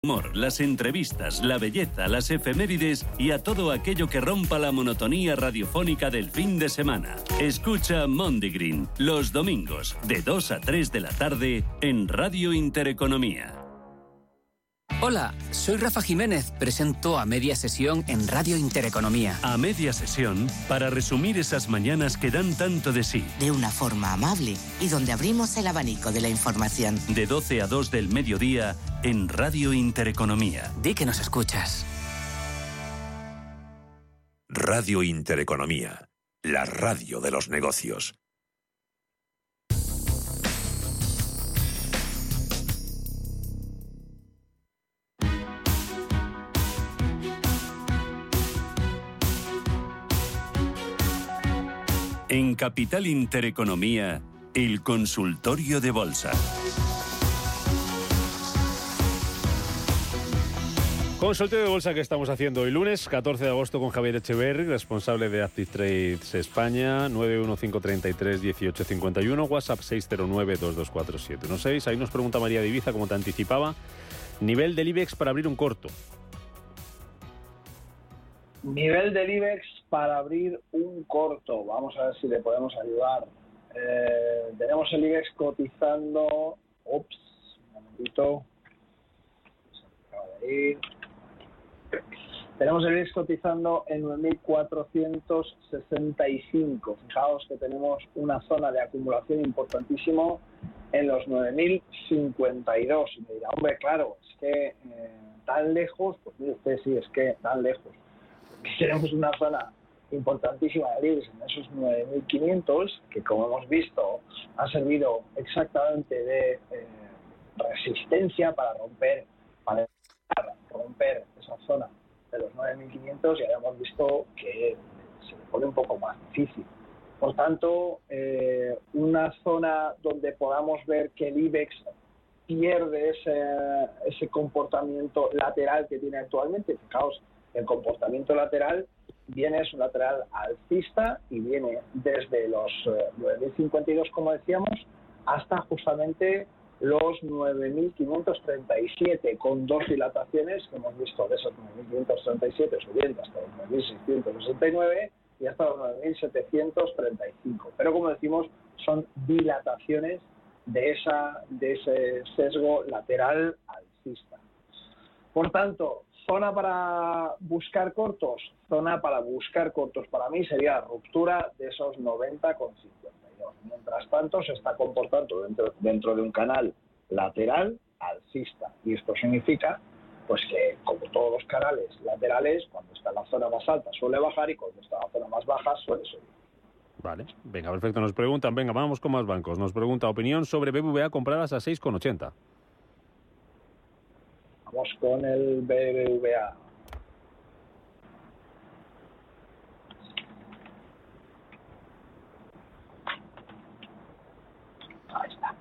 Humor, las entrevistas, la belleza, las efemérides y a todo aquello que rompa la monotonía radiofónica del fin de semana. Escucha Monday Green los domingos de 2 a 3 de la tarde en Radio Intereconomía. Hola, soy Rafa Jiménez, presento A Media Sesión en Radio Intereconomía. A Media Sesión, para resumir esas mañanas que dan tanto de sí. De una forma amable y donde abrimos el abanico de la información. De 12 a 2 del mediodía en Radio Intereconomía. Di que nos escuchas. Radio Intereconomía, la radio de los negocios. En Capital Intereconomía, el consultorio de bolsa. Consultorio de bolsa que estamos haciendo hoy lunes, 14 de agosto, con Javier Echeverri, responsable de Active Trades España, 915331851, WhatsApp 609224716. Ahí nos pregunta María de Ibiza, como te anticipaba, nivel del IBEX para abrir un corto. Nivel del IBEX para abrir un corto. Vamos a ver si le podemos ayudar. Tenemos el IBEX cotizando... un momentito. Se acaba de ir. Tenemos el IBEX cotizando en 9.465. Fijaos que tenemos una zona de acumulación importantísimo en los 9.052. Y me dirá, hombre, claro, es que tan lejos, pues mire usted, sí, es que tan lejos. Tenemos una zona importantísima de IBEX en esos 9.500, que como hemos visto ha servido exactamente de resistencia para romper esa zona de los 9.500, y ahora hemos visto que se le pone un poco más difícil. Por tanto, una zona donde podamos ver que el IBEX pierde ese comportamiento lateral que tiene actualmente. Fijaos, el comportamiento lateral es un lateral alcista y viene desde los 9.052, como decíamos, hasta justamente los 9.537, con dos dilataciones que hemos visto de esos 9.537 subiendo hasta los 9.669 y hasta los 9.735. Pero como decimos, son dilataciones de ese sesgo lateral alcista. Por tanto, zona para buscar cortos. Zona para buscar cortos para mí sería la ruptura de esos 90,52. Mientras tanto, se está comportando dentro de un canal lateral alcista. Y esto significa pues que, como todos los canales laterales, cuando está en la zona más alta suele bajar y cuando está en la zona más baja suele subir. Vale, venga, perfecto. Nos preguntan, venga, vamos con más bancos. Nos pregunta opinión sobre BBVA compradas a 6,80. Vamos con el BBVA. Ahí está.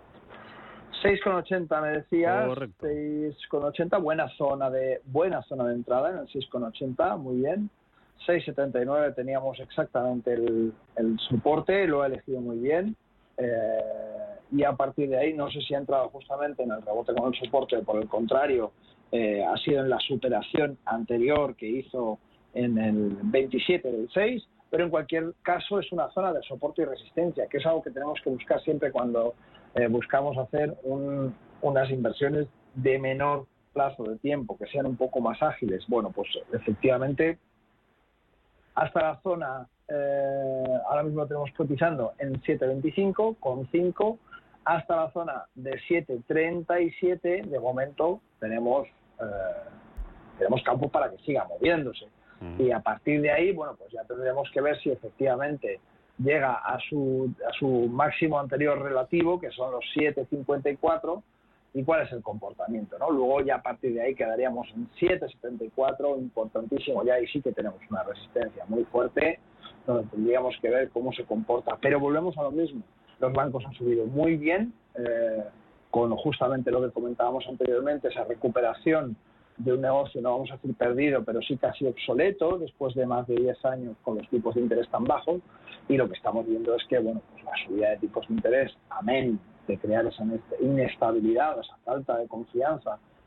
6,80 me decías. Correcto. 6,80, buena zona de entrada en el 6,80, muy bien. 6,79 teníamos exactamente el soporte, lo he elegido muy bien. Y a partir de ahí, no sé si ha entrado justamente en el rebote con el soporte, o por el contrario, ha sido en la superación anterior que hizo en el 27 del 6, pero en cualquier caso es una zona de soporte y resistencia, que es algo que tenemos que buscar siempre cuando buscamos hacer unas inversiones de menor plazo de tiempo, que sean un poco más ágiles. Bueno, pues efectivamente, hasta la zona, ahora mismo lo tenemos cotizando en 7,25,5, hasta la zona de 7,37, de momento tenemos campo para que siga moviéndose. Y a partir de ahí, bueno, pues ya tendremos que ver si efectivamente llega a su máximo anterior relativo, que son los 7,54, y cuál es el comportamiento, ¿no? Luego ya a partir de ahí quedaríamos en 7,74, importantísimo, ya ahí sí que tenemos una resistencia muy fuerte, donde tendríamos que ver cómo se comporta. Pero volvemos a lo mismo, los bancos han subido muy bien, con justamente lo que comentábamos anteriormente, esa recuperación de un negocio, no vamos a decir perdido, pero sí casi obsoleto, después de más de 10 años con los tipos de interés tan bajos, y lo que estamos viendo es que, bueno, pues la subida de tipos de interés, amén de crear esa inestabilidad, esa falta de confianza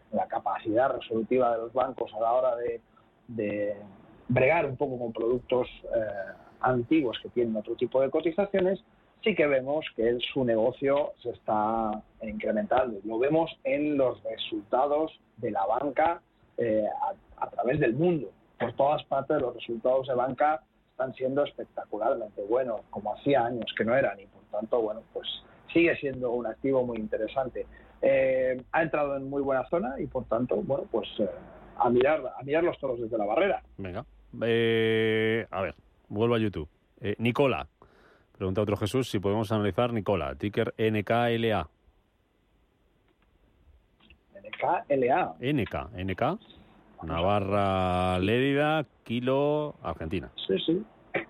la capacidad resolutiva de los bancos a la hora de bregar un poco con productos antiguos que tienen otro tipo de cotizaciones, sí que vemos que su negocio se está incrementando. Lo vemos en los resultados de la banca a través del mundo. Por todas partes los resultados de banca están siendo espectacularmente buenos, como hacía años que no eran, y por tanto, bueno, pues sigue siendo un activo muy interesante. Ha entrado en muy buena zona y por tanto, bueno, pues a mirar los toros desde la barrera. Venga. A ver, vuelvo a YouTube. Nicola. Pregunta otro Jesús si podemos analizar Nicola. Ticker NKLA. NK. Navarra, Lérida, Kilo, Argentina. Sí.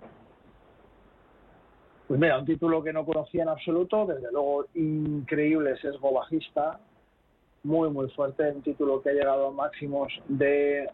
Pues mira, un título que no conocía en absoluto, desde luego increíble sesgo bajista, muy muy fuerte, un título que ha llegado a máximos de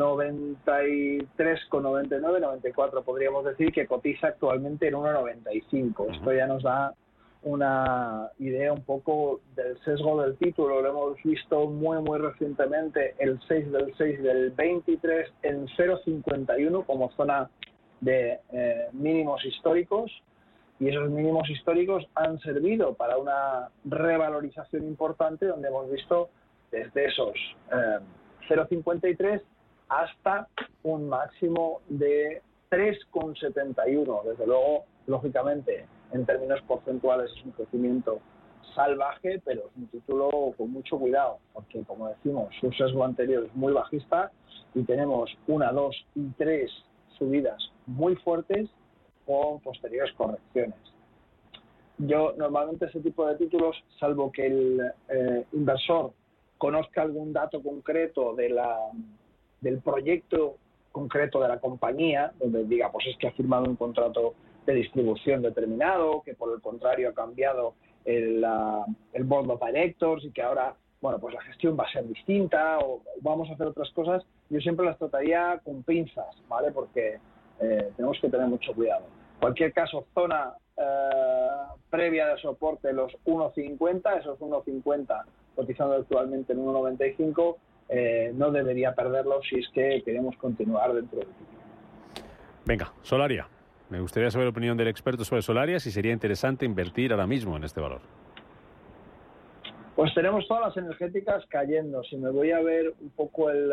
93,99, 94 podríamos decir, que cotiza actualmente en 1,95. Esto ya nos da una idea un poco del sesgo del título. Lo hemos visto muy muy recientemente, el 6 del 6 del 23 en 0,51 como zona de mínimos históricos, y esos mínimos históricos han servido para una revalorización importante, donde hemos visto desde esos 0,53 hasta un máximo de 3,71. Desde luego, lógicamente, en términos porcentuales es un crecimiento salvaje, pero es un título con mucho cuidado, porque, como decimos, su sesgo anterior es muy bajista y tenemos 1, 2 y 3 subidas muy fuertes con posteriores correcciones. Yo normalmente ese tipo de títulos, salvo que el inversor conozca algún dato concreto del proyecto concreto de la compañía, donde diga, pues es que ha firmado un contrato de distribución determinado, que por el contrario ha cambiado el board of directors y que ahora, bueno, pues la gestión va a ser distinta o vamos a hacer otras cosas, yo siempre las trataría con pinzas, ¿vale? Porque tenemos que tener mucho cuidado. En cualquier caso, zona previa de soporte, los 1,50, esos 1,50 cotizando actualmente en 1,95, no debería perderlos si es que queremos continuar dentro del título. Venga, Solaria. Me gustaría saber la opinión del experto sobre Solaria, si sería interesante invertir ahora mismo en este valor. Pues tenemos todas las energéticas cayendo. Si me voy a ver un poco el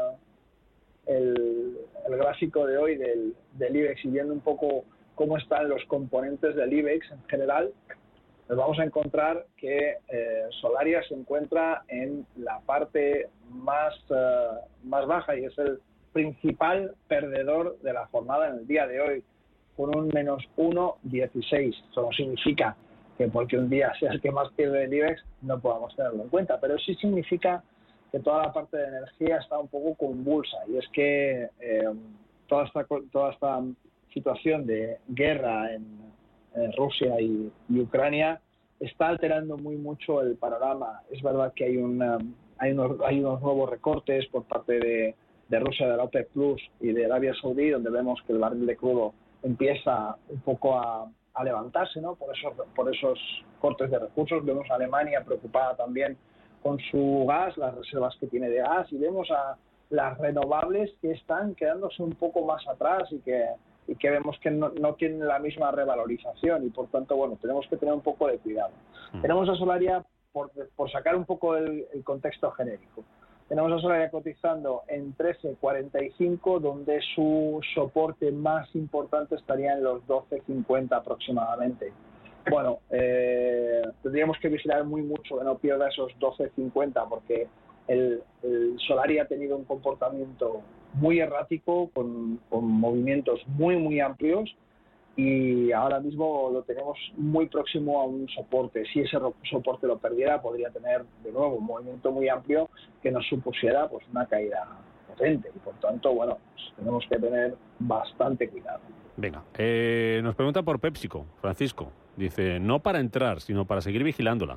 gráfico de hoy del IBEX y viendo un poco cómo están los componentes del IBEX en general, nos vamos a encontrar que Solaria se encuentra en la parte más baja y es el principal perdedor de la jornada en el día de hoy, con un menos 1,16. Eso no significa que porque un día sea el que más pierde el IBEX no podamos tenerlo en cuenta, pero sí significa que toda la parte de energía está un poco convulsa, y es que toda esta situación de guerra en Rusia y Ucrania está alterando muy mucho el panorama. Es verdad que hay unos nuevos recortes por parte de Rusia, de la OPEC Plus y de Arabia Saudí, donde vemos que el barril de crudo empieza un poco a levantarse, ¿no? Por esos cortes de recursos. Vemos a Alemania preocupada también con su gas, las reservas que tiene de gas, y vemos a las renovables que están quedándose un poco más atrás y que vemos que no tienen la misma revalorización, y por tanto, bueno, tenemos que tener un poco de cuidado. Tenemos a Solaria, por sacar un poco el contexto genérico, tenemos a Solaria cotizando en 13,45, donde su soporte más importante estaría en los 12,50 aproximadamente. Bueno, tendríamos que vigilar muy mucho que no pierda esos 12,50, porque el Solaria ha tenido un comportamiento muy errático, con movimientos muy muy amplios, y ahora mismo lo tenemos muy próximo a un soporte. Si ese soporte lo perdiera, podría tener de nuevo un movimiento muy amplio que nos supusiera pues una caída potente, y por tanto, bueno, pues tenemos que tener bastante cuidado. Venga, nos pregunta por PepsiCo, Francisco. Dice, no para entrar, sino para seguir vigilándola.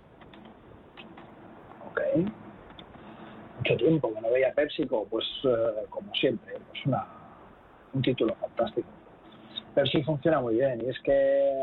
Ok. Mucho tiempo que no veía PepsiCo, pues como siempre, pues un título fantástico. Pepsi funciona muy bien, y es que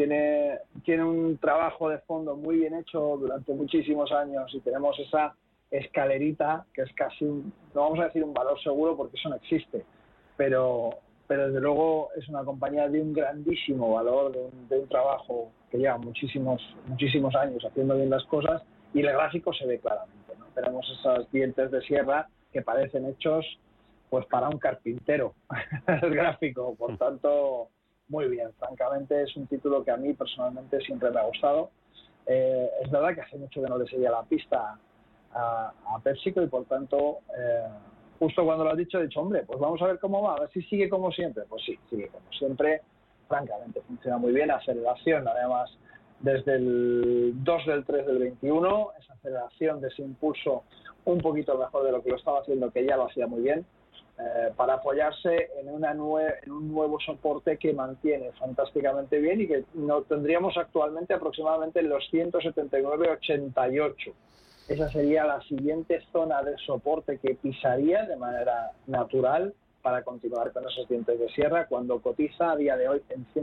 tiene un trabajo de fondo muy bien hecho durante muchísimos años, y tenemos esa escalerita, que es casi, no vamos a decir un valor seguro porque eso no existe, pero desde luego es una compañía de un grandísimo valor, de un trabajo que lleva muchísimos años haciendo bien las cosas, y el gráfico se ve claramente, ¿no? Tenemos esos dientes de sierra que parecen hechos pues para un carpintero, el gráfico. Por tanto, muy bien. Francamente, es un título que a mí personalmente siempre me ha gustado. Es verdad que hace mucho que no le seguía la pista a PepsiCo, y por tanto, justo cuando lo has dicho, he dicho, hombre, pues vamos a ver cómo va, a ver si sigue como siempre. Pues sí, sigue como siempre. Francamente, funciona muy bien. Aceleración, además, desde el 2 del 3 del 21, esa aceleración de ese impulso un poquito mejor de lo que lo estaba haciendo, que ya lo hacía muy bien, para apoyarse en un nuevo soporte que mantiene fantásticamente bien y que no tendríamos actualmente aproximadamente en los 179,88. Esa sería la siguiente zona de soporte que pisaría de manera natural para continuar con esos dientes de sierra, cuando cotiza a día de hoy en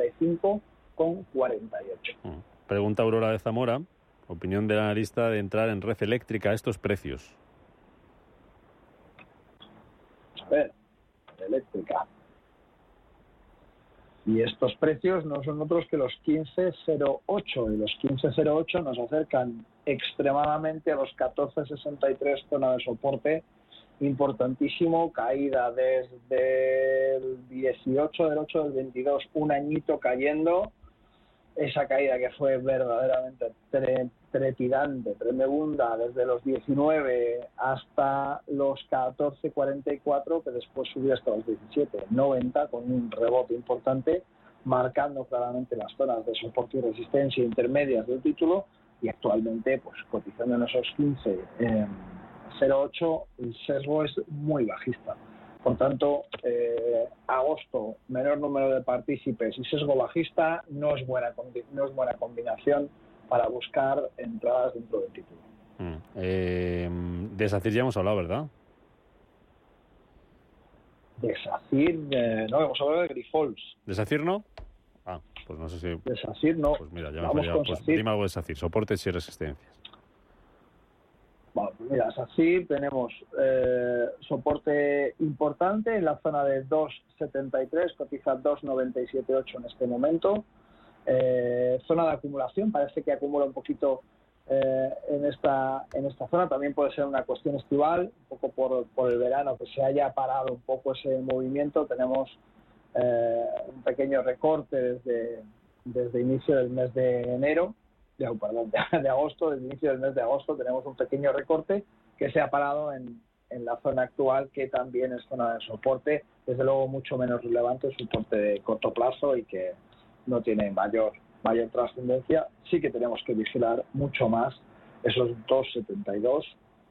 185,48. Pregunta Aurora de Zamora, opinión del analista de entrar en Red Eléctrica a estos precios. A ver, eléctrica. Y estos precios no son otros que los 15,08, y los 15,08 nos acercan extremadamente a los 14,63, zona de soporte importantísimo, caída desde el 18 del 8 del 22, un añito cayendo. Esa caída que fue verdaderamente trepidante, tremenda, desde los 19 hasta los 14,44, que después subió hasta los 17,90, con un rebote importante, marcando claramente las zonas de soporte y resistencia intermedias del título, y actualmente pues cotizando en esos 15,08, el sesgo es muy bajista. Por tanto, agosto, menor número de partícipes y sesgo bajista no es buena combinación para buscar entradas dentro del título. De SACIR ya hemos hablado, ¿verdad? De SACIR, no, hemos hablado de Grifols. ¿De SACIR no? Ah, pues no sé si... De SACIR no. Pues mira, ya me he fallado. Pues dime algo de SACIR, soportes y resistencias. Bueno, pues mira, SACIR tenemos soporte importante en la zona de 2,73, cotiza 2,978 en este momento. Zona de acumulación, parece que acumula un poquito en esta zona. También puede ser una cuestión estival, un poco por el verano, que se haya parado un poco ese movimiento. Tenemos un pequeño recorte desde inicio del mes de enero, de agosto, desde el inicio del mes de agosto tenemos un pequeño recorte que se ha parado en la zona actual, que también es zona de soporte, desde luego mucho menos relevante, soporte de corto plazo y que no tiene mayor trascendencia. Sí que tenemos que vigilar mucho más esos 2,72,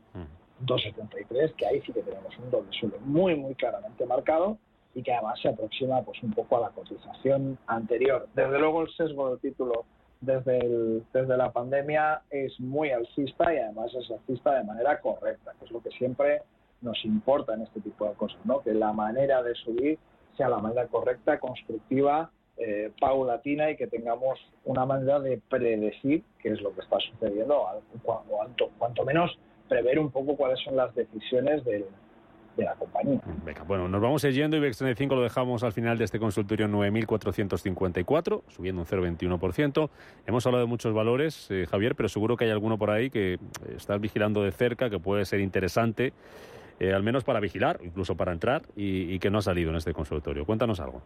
2,73, que ahí sí que tenemos un doble suelo muy, muy claramente marcado, y que además se aproxima pues un poco a la cotización anterior. Desde luego el sesgo del título desde la pandemia es muy alcista, y además es alcista de manera correcta, que es lo que siempre nos importa en este tipo de cosas, ¿no? Que la manera de subir sea la manera correcta, constructiva, paulatina, y que tengamos una manera de predecir qué es lo que está sucediendo, o cuanto menos prever un poco cuáles son las decisiones de la compañía. Venga, bueno, nos vamos yendo. IBEX 35 lo dejamos al final de este consultorio 9.454, subiendo un 0,21%. Hemos hablado de muchos valores, Javier, pero seguro que hay alguno por ahí que estás vigilando de cerca, que puede ser interesante, al menos para vigilar, incluso para entrar, y que no ha salido en este consultorio. Cuéntanos algo.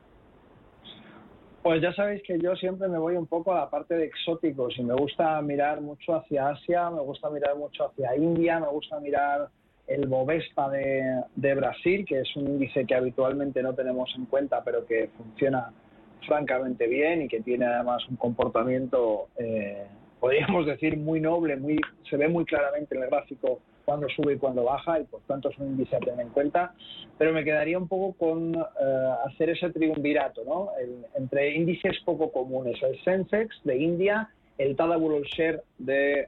Pues ya sabéis que yo siempre me voy un poco a la parte de exóticos, y me gusta mirar mucho hacia Asia, me gusta mirar mucho hacia India, me gusta mirar el Bovespa de Brasil, que es un índice que habitualmente no tenemos en cuenta, pero que funciona francamente bien y que tiene además un comportamiento, podríamos decir, muy noble, se ve muy claramente en el gráfico cuando sube y cuando baja, y por tanto es un índice a tener en cuenta. Pero me quedaría un poco con hacer ese triunvirato, ¿no? Entre índices poco comunes: el Sensex de India, el Tadawul Share de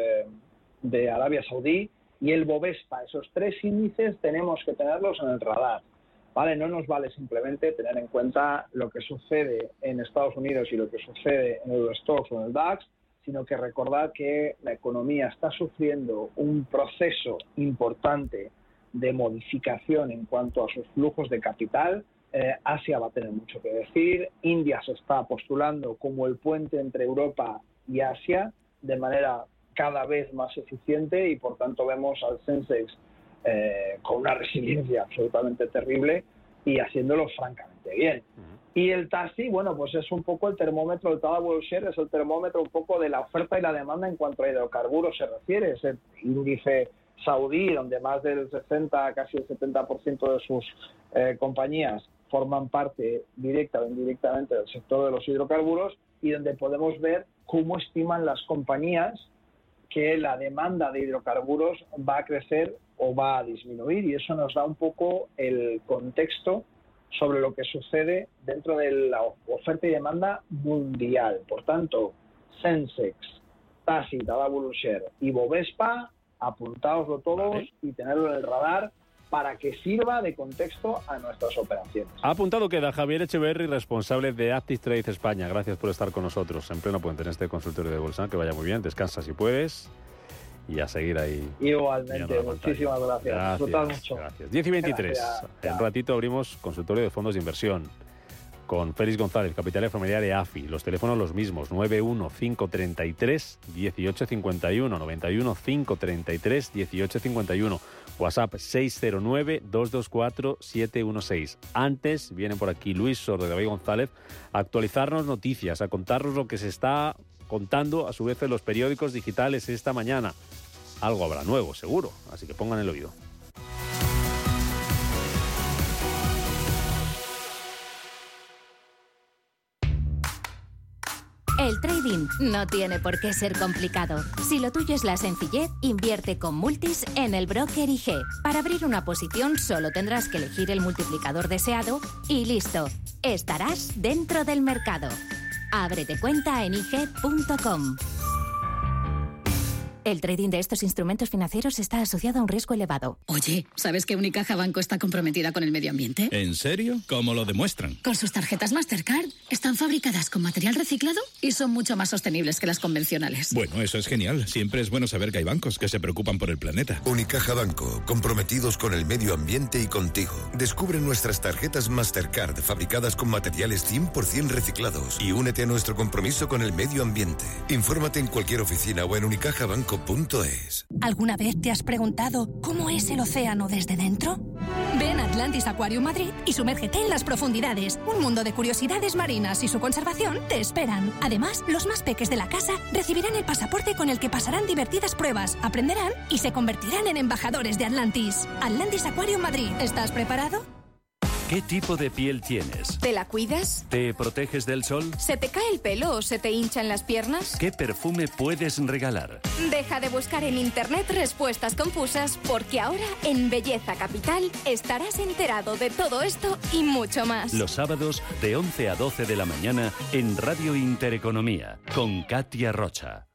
Arabia Saudí y el Bovespa. Esos tres índices tenemos que tenerlos en el radar, ¿vale? No nos vale simplemente tener en cuenta lo que sucede en Estados Unidos y lo que sucede en Eurostoxx o en el DAX, sino que recordar que la economía está sufriendo un proceso importante de modificación en cuanto a sus flujos de capital. Asia va a tener mucho que decir. India se está postulando como el puente entre Europa y Asia de manera cada vez más eficiente, y por tanto vemos al Sensex con una resiliencia absolutamente terrible y haciéndolo francamente bien. Y el TASI, bueno, pues es un poco el termómetro, el Tadawul Share es el termómetro un poco de la oferta y la demanda en cuanto a hidrocarburos se refiere. Es el índice saudí, donde más del 60, casi el 70% de sus compañías forman parte directa o indirectamente del sector de los hidrocarburos, y donde podemos ver cómo estiman las compañías que la demanda de hidrocarburos va a crecer o va a disminuir, y eso nos da un poco el contexto sobre lo que sucede dentro de la oferta y demanda mundial. Por tanto, Sensex, TASI, Tadawul Share y Bovespa, apuntaoslo todos y tenerlo en el radar para que sirva de contexto a nuestras operaciones. Ha apuntado queda Javier Echeverri, responsable de Active Trade España. Gracias por estar con nosotros en pleno puente en este consultorio de bolsa. Que vaya muy bien, descansa si puedes y a seguir ahí. Igualmente, muchísimas gracias. Disfrutad mucho. Gracias. 10:23. Gracias. En un ratito abrimos consultorio de fondos de inversión con Félix González, capital familiar de AFI. Los teléfonos los mismos, 91-533-1851, 91-533-1851. WhatsApp 609-224-716. Antes viene por aquí Luis Sordo de David González a actualizarnos noticias, a contarnos lo que se está contando a su vez en los periódicos digitales esta mañana. Algo habrá nuevo, seguro, así que pongan el oído. El trading no tiene por qué ser complicado. Si lo tuyo es la sencillez, invierte con Multis en el broker IG. Para abrir una posición solo tendrás que elegir el multiplicador deseado y listo. Estarás dentro del mercado. Ábrete cuenta en IG.com. El trading de estos instrumentos financieros está asociado a un riesgo elevado. Oye, ¿sabes que Unicaja Banco está comprometida con el medio ambiente? ¿En serio? ¿Cómo lo demuestran? Con sus tarjetas Mastercard. Están fabricadas con material reciclado y son mucho más sostenibles que las convencionales. Bueno, eso es genial. Siempre es bueno saber que hay bancos que se preocupan por el planeta. Unicaja Banco, comprometidos con el medio ambiente y contigo. Descubre nuestras tarjetas Mastercard fabricadas con materiales 100% reciclados y únete a nuestro compromiso con el medio ambiente. Infórmate en cualquier oficina o en unicajabanco.es. ¿Alguna vez te has preguntado cómo es el océano desde dentro? Ven a Atlantis Aquarium Madrid y sumérgete en las profundidades. Un mundo de curiosidades marinas y su conservación te esperan. Además, los más peques de la casa recibirán el pasaporte con el que pasarán divertidas pruebas, aprenderán y se convertirán en embajadores de Atlantis. Atlantis Aquarium Madrid. ¿Estás preparado? ¿Qué tipo de piel tienes? ¿Te la cuidas? ¿Te proteges del sol? ¿Se te cae el pelo o se te hinchan las piernas? ¿Qué perfume puedes regalar? Deja de buscar en internet respuestas confusas, porque ahora en Belleza Capital estarás enterado de todo esto y mucho más. Los sábados de 11 a 12 de la mañana en Radio Intereconomía con Katia Rocha.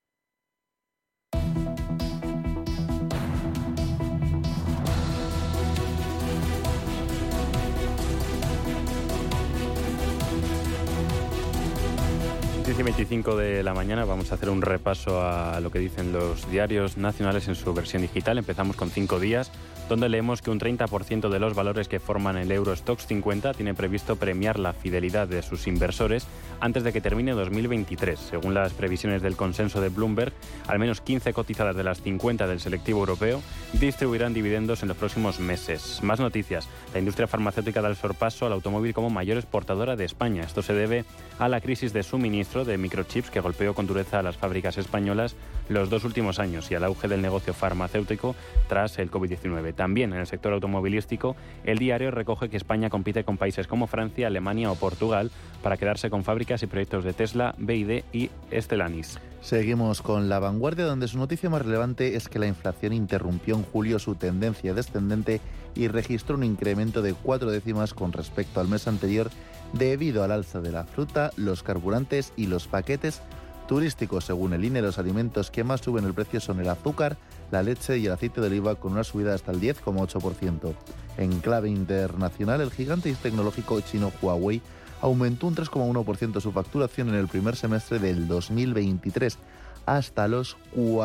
Y 25 de la mañana vamos a hacer un repaso a lo que dicen los diarios nacionales en su versión digital. Empezamos con 5 días, donde leemos que un 30% de los valores que forman el Eurostoxx 50 tiene previsto premiar la fidelidad de sus inversores antes de que termine 2023. Según las previsiones del consenso de Bloomberg, al menos 15 cotizadas de las 50 del selectivo europeo distribuirán dividendos en los próximos meses. Más noticias. La industria farmacéutica da el sorpaso al automóvil como mayor exportadora de España. Esto se debe a la crisis de suministro de microchips que golpeó con dureza a las fábricas españolas los 2 últimos años y al auge del negocio farmacéutico tras el COVID-19. También en el sector automovilístico, el diario recoge que España compite con países como Francia, Alemania o Portugal para quedarse con fábricas y proyectos de Tesla, BYD y Stellantis. Seguimos con La Vanguardia, donde su noticia más relevante es que la inflación interrumpió en julio su tendencia descendente y registró un incremento de 4 décimas con respecto al mes anterior debido al alza de la fruta, los carburantes y los paquetes turísticos. Según el INE, los alimentos que más suben el precio son el azúcar, la leche y el aceite de oliva, con una subida hasta el 10,8%. En clave internacional, el gigante tecnológico chino Huawei aumentó un 3,1% su facturación en el primer semestre del 2023, hasta los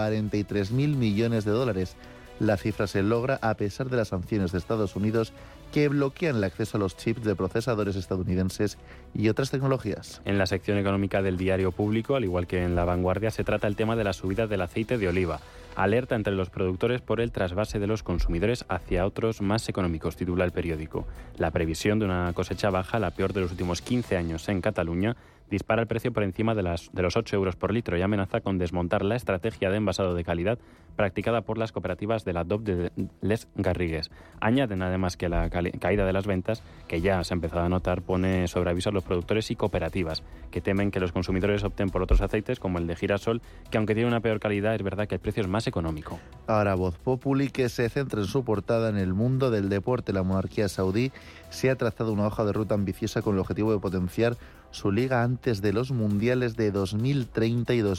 43.000 millones de dólares. La cifra se logra a pesar de las sanciones de Estados Unidos que bloquean el acceso a los chips de procesadores estadounidenses y otras tecnologías. En la sección económica del Diario Público, al igual que en La Vanguardia, se trata el tema de la subida del aceite de oliva. Alerta entre los productores por el trasvase de los consumidores hacia otros más económicos, titula el periódico. La previsión de una cosecha baja, la peor de los últimos 15 años en Cataluña, dispara el precio por encima de los 8 euros por litro y amenaza con desmontar la estrategia de envasado de calidad practicada por las cooperativas de la DOP de Les Garrigues. Añaden además que la caída de las ventas, que ya se ha empezado a notar, pone sobre aviso a los productores y cooperativas, que temen que los consumidores opten por otros aceites como el de girasol, que aunque tiene una peor calidad, es verdad que el precio es más económico. Ahora Voz Populi, que se centra en su portada en el mundo del deporte. La monarquía saudí se ha trazado una hoja de ruta ambiciosa con el objetivo de potenciar su liga antes de los mundiales de 2030 y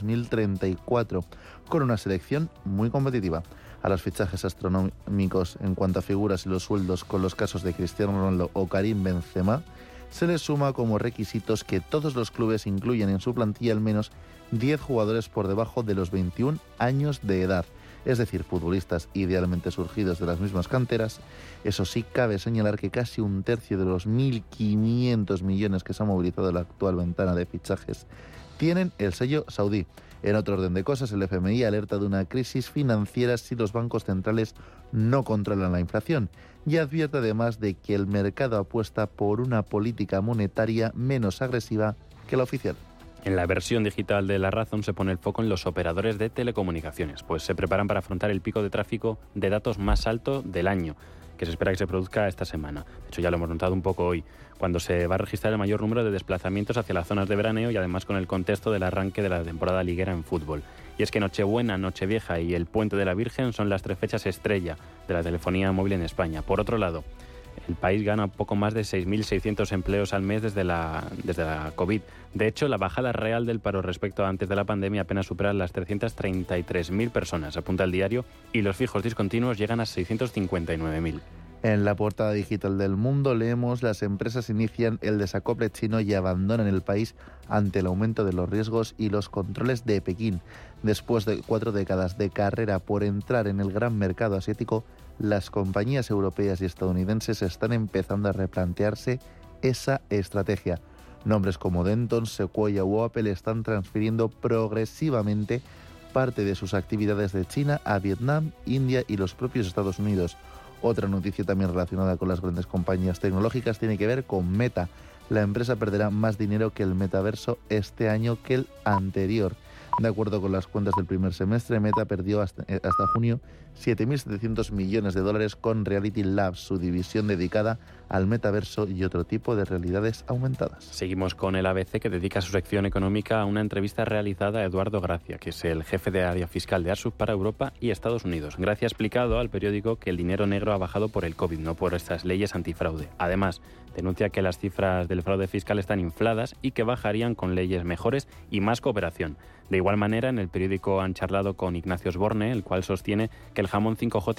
2034, con una selección muy competitiva. A los fichajes astronómicos en cuanto a figuras y los sueldos con los casos de Cristiano Ronaldo o Karim Benzema, se les suma como requisitos que todos los clubes incluyen en su plantilla al menos 10 jugadores por debajo de los 21 años de edad, es decir, futbolistas idealmente surgidos de las mismas canteras. Eso sí, cabe señalar que casi un tercio de los 1.500 millones que se ha movilizado en la actual ventana de fichajes tienen el sello saudí. En otro orden de cosas, el FMI alerta de una crisis financiera si los bancos centrales no controlan la inflación y advierte además de que el mercado apuesta por una política monetaria menos agresiva que la oficial. En la versión digital de La Razón se pone el foco en los operadores de telecomunicaciones, pues se preparan para afrontar el pico de tráfico de datos más alto del año, que se espera que se produzca esta semana. De hecho, ya lo hemos notado un poco hoy, cuando se va a registrar el mayor número de desplazamientos hacia las zonas de veraneo y además con el contexto del arranque de la temporada liguera en fútbol. Y es que Nochebuena, Nochevieja y el Puente de la Virgen son las 3 fechas estrella de la telefonía móvil en España. Por otro lado, el país gana poco más de 6.600 empleos al mes desde la COVID. De hecho, la bajada real del paro respecto a antes de la pandemia apenas supera las 333.000 personas, apunta el diario, y los fijos discontinuos llegan a 659.000. En la portada digital del Mundo leemos: las empresas inician el desacople chino y abandonan el país ante el aumento de los riesgos y los controles de Pekín. Después de 4 décadas de carrera por entrar en el gran mercado asiático, las compañías europeas y estadounidenses están empezando a replantearse esa estrategia. Nombres como Denton, Sequoia o Apple están transfiriendo progresivamente parte de sus actividades de China a Vietnam, India y los propios Estados Unidos. Otra noticia también relacionada con las grandes compañías tecnológicas tiene que ver con Meta. La empresa perderá más dinero que el metaverso este año que el anterior. De acuerdo con las cuentas del primer semestre, Meta perdió hasta junio 7.700 millones de dólares con Reality Labs, su división dedicada al metaverso y otro tipo de realidades aumentadas. Seguimos con el ABC, que dedica su sección económica a una entrevista realizada a Eduardo Gracia, que es el jefe de área fiscal de ASUB para Europa y Estados Unidos. Gracia ha explicado al periódico que el dinero negro ha bajado por el COVID, no por estas leyes antifraude. Además, denuncia que las cifras del fraude fiscal están infladas y que bajarían con leyes mejores y más cooperación. De igual manera, en el periódico han charlado con Ignacio Osborne, el cual sostiene que el jamón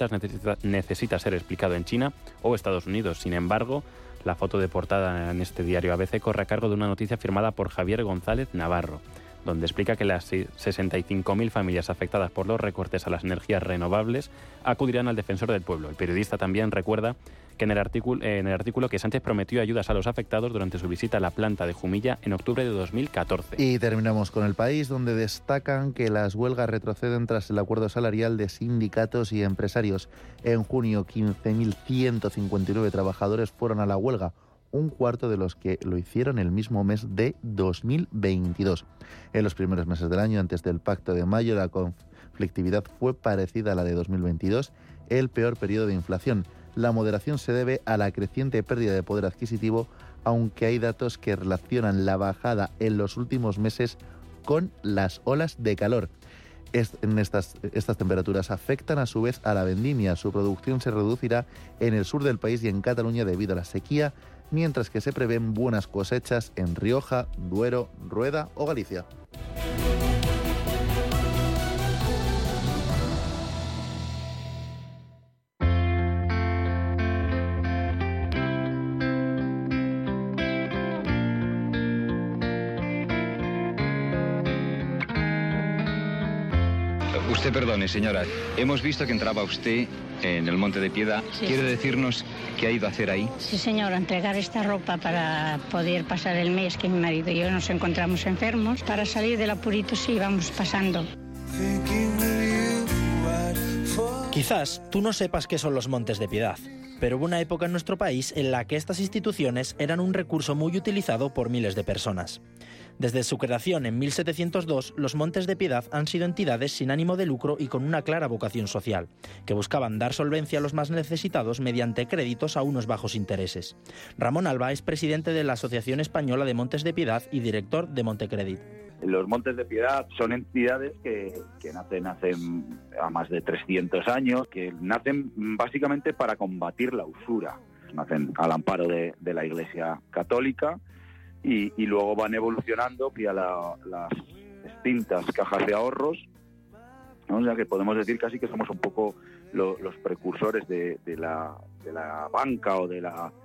5J necesita ser explicado en China o Estados Unidos. Sin embargo, la foto de portada en este diario ABC corre a cargo de una noticia firmada por Javier González Navarro, donde explica que las 65.000 familias afectadas por los recortes a las energías renovables acudirán al Defensor del Pueblo. El periodista también recuerda que en el artículo que Sánchez prometió ayudas a los afectados durante su visita a la planta de Jumilla en octubre de 2014. Y terminamos con El País, donde destacan que las huelgas retroceden tras el acuerdo salarial de sindicatos y empresarios. En junio, 15.159 trabajadores fueron a la huelga, un cuarto de los que lo hicieron el mismo mes de 2022. En los primeros meses del año, antes del Pacto de Mayo, la conflictividad fue parecida a la de 2022, el peor periodo de inflación. La moderación se debe a la creciente pérdida de poder adquisitivo, aunque hay datos que relacionan la bajada en los últimos meses con las olas de calor. Estas temperaturas afectan a su vez a la vendimia. Su producción se reducirá en el sur del país y en Cataluña debido a la sequía, mientras que se prevén buenas cosechas en Rioja, Duero, Rueda o Galicia. Usted perdone, señora. Hemos visto que entraba usted en el Monte de Piedad. Sí. ¿Quiere decirnos qué ha ido a hacer ahí? Sí, señora, entregar esta ropa para poder pasar el mes que mi marido y yo nos encontramos enfermos. Para salir del apurito, sí, vamos pasando. Quizás tú no sepas qué son los Montes de Piedad, pero hubo una época en nuestro país en la que estas instituciones eran un recurso muy utilizado por miles de personas. Desde su creación en 1702, los Montes de Piedad han sido entidades sin ánimo de lucro y con una clara vocación social, que buscaban dar solvencia a los más necesitados mediante créditos a unos bajos intereses. Ramón Alba es presidente de la Asociación Española de Montes de Piedad y director de Montecredit. Los Montes de Piedad son entidades que nacen hace a más de 300 años, que nacen básicamente para combatir la usura. Nacen al amparo de la Iglesia Católica y luego van evolucionando vía las extintas cajas de ahorros, ¿no? O sea que podemos decir casi que somos un poco los precursores de la banca o de la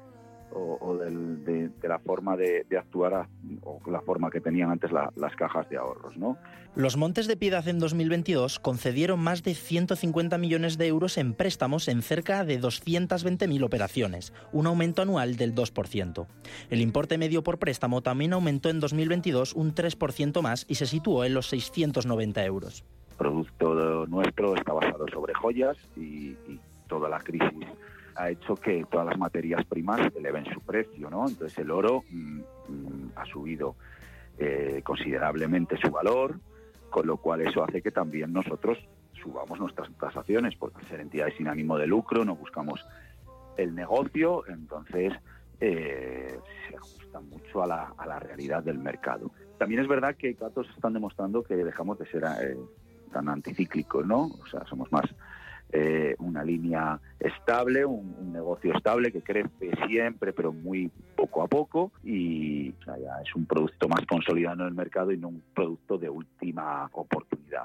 forma de actuar o la forma que tenían antes las cajas de ahorros, ¿no? Los Montes de Piedad en 2022 concedieron más de 150 millones de euros en préstamos en cerca de 220.000 operaciones, un aumento anual del 2%. El importe medio por préstamo también aumentó en 2022 un 3% más y se situó en los 690 euros. El producto nuestro está basado sobre joyas y toda la crisis ha hecho que todas las materias primas eleven su precio, ¿no? Entonces el oro ha subido considerablemente su valor, con lo cual eso hace que también nosotros subamos nuestras tasaciones, porque al ser entidades sin ánimo de lucro no buscamos el negocio, entonces se ajusta mucho a la realidad del mercado. También es verdad que datos están demostrando que dejamos de ser tan anticíclicos, ¿no? O sea, somos más una línea estable, un negocio estable que crece siempre, pero muy poco a poco, y o sea, ya es un producto más consolidado en el mercado y no un producto de última oportunidad.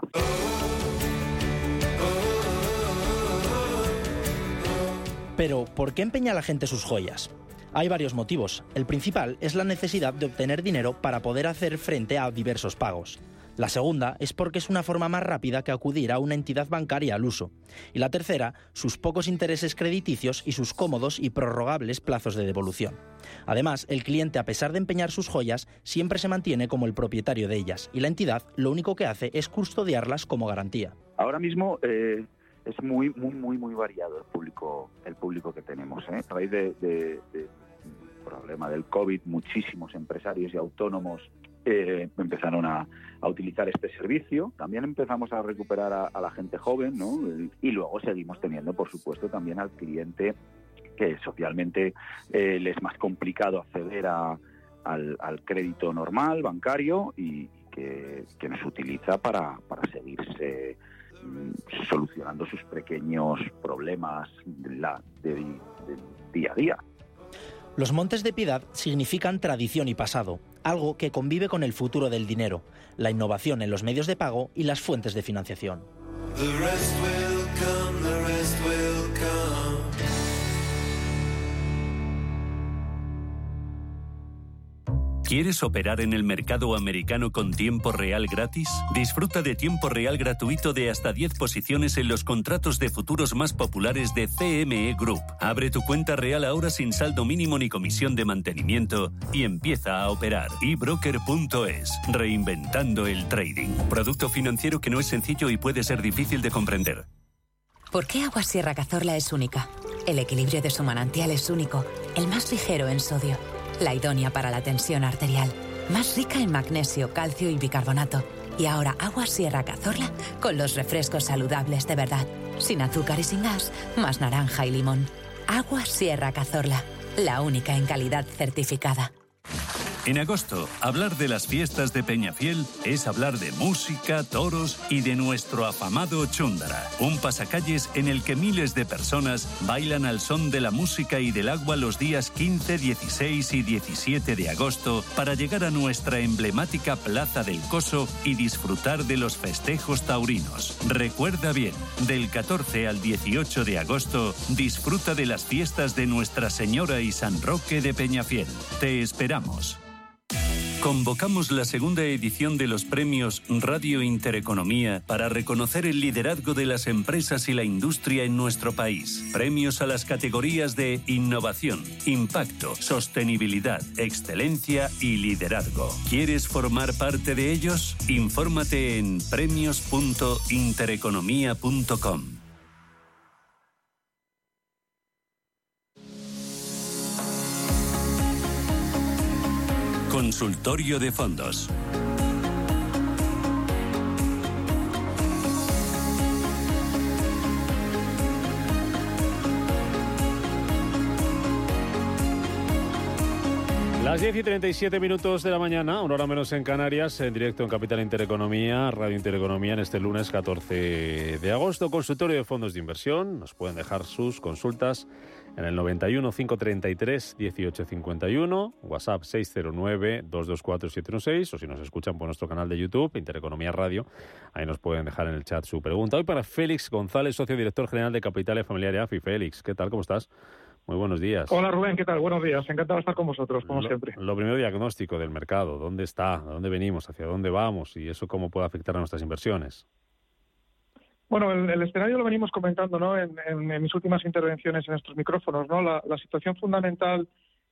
Pero, ¿por qué empeña la gente sus joyas? Hay varios motivos. El principal es la necesidad de obtener dinero para poder hacer frente a diversos pagos. La segunda es porque es una forma más rápida que acudir a una entidad bancaria al uso. Y la tercera, sus pocos intereses crediticios y sus cómodos y prorrogables plazos de devolución. Además, el cliente, a pesar de empeñar sus joyas, siempre se mantiene como el propietario de ellas, y la entidad lo único que hace es custodiarlas como garantía. Ahora mismo es muy variado el público que tenemos, ¿eh? A raíz del problema del COVID, muchísimos empresarios y autónomos empezaron a utilizar este servicio. También empezamos a recuperar a la gente joven, ¿no? Y luego seguimos teniendo, por supuesto, también al cliente que socialmente le es más complicado acceder al crédito normal, bancario, y que nos utiliza para seguirse solucionando sus pequeños problemas del día a día. Los Montes de Piedad significan tradición y pasado, algo que convive con el futuro del dinero, la innovación en los medios de pago y las fuentes de financiación. ¿Quieres operar en el mercado americano con tiempo real gratis? Disfruta de tiempo real gratuito de hasta 10 posiciones en los contratos de futuros más populares de CME Group. Abre tu cuenta real ahora sin saldo mínimo ni comisión de mantenimiento y empieza a operar. eBroker.es, reinventando el trading. Producto financiero que no es sencillo y puede ser difícil de comprender. ¿Por qué Agua Sierra Cazorla es única? El equilibrio de su manantial es único, el más ligero en sodio, la idónea para la tensión arterial, más rica en magnesio, calcio y bicarbonato. Y ahora Agua Sierra Cazorla con los refrescos saludables de verdad, sin azúcar y sin gas, más naranja y limón. Agua Sierra Cazorla, la única en calidad certificada. En agosto, hablar de las fiestas de Peñafiel es hablar de música, toros y de nuestro afamado Chúndara, un pasacalles en el que miles de personas bailan al son de la música y del agua los días 15, 16 y 17 de agosto para llegar a nuestra emblemática Plaza del Coso y disfrutar de los festejos taurinos. Recuerda bien, del 14 al 18 de agosto, disfruta de las fiestas de Nuestra Señora y San Roque de Peñafiel. Te esperamos. Convocamos la segunda edición de los premios Radio Intereconomía para reconocer el liderazgo de las empresas y la industria en nuestro país. Premios a las categorías de innovación, impacto, sostenibilidad, excelencia y liderazgo. ¿Quieres formar parte de ellos? Infórmate en premios.intereconomía.com. Consultorio de fondos. Las 10:37 de la mañana, una hora menos en Canarias, en directo en Capital Intereconomía, Radio Intereconomía, en este lunes 14 de agosto. Consultorio de fondos de inversión. Nos pueden dejar sus consultas en el 91 533 1851, WhatsApp 609 224 716, o si nos escuchan por nuestro canal de YouTube, Intereconomía Radio, ahí nos pueden dejar en el chat su pregunta. Hoy para Félix González, socio director general de Capitales Familiar AFI. Félix, ¿qué tal? ¿Cómo estás? Muy buenos días. Hola Rubén, ¿qué tal? Buenos días. Encantado de estar con vosotros, como siempre. Lo primero, diagnóstico del mercado. ¿Dónde está? ¿De dónde venimos? ¿Hacia dónde vamos? ¿Y eso cómo puede afectar a nuestras inversiones? Bueno, el escenario lo venimos comentando, ¿no? En mis últimas intervenciones en estos micrófonos, ¿no? La situación fundamental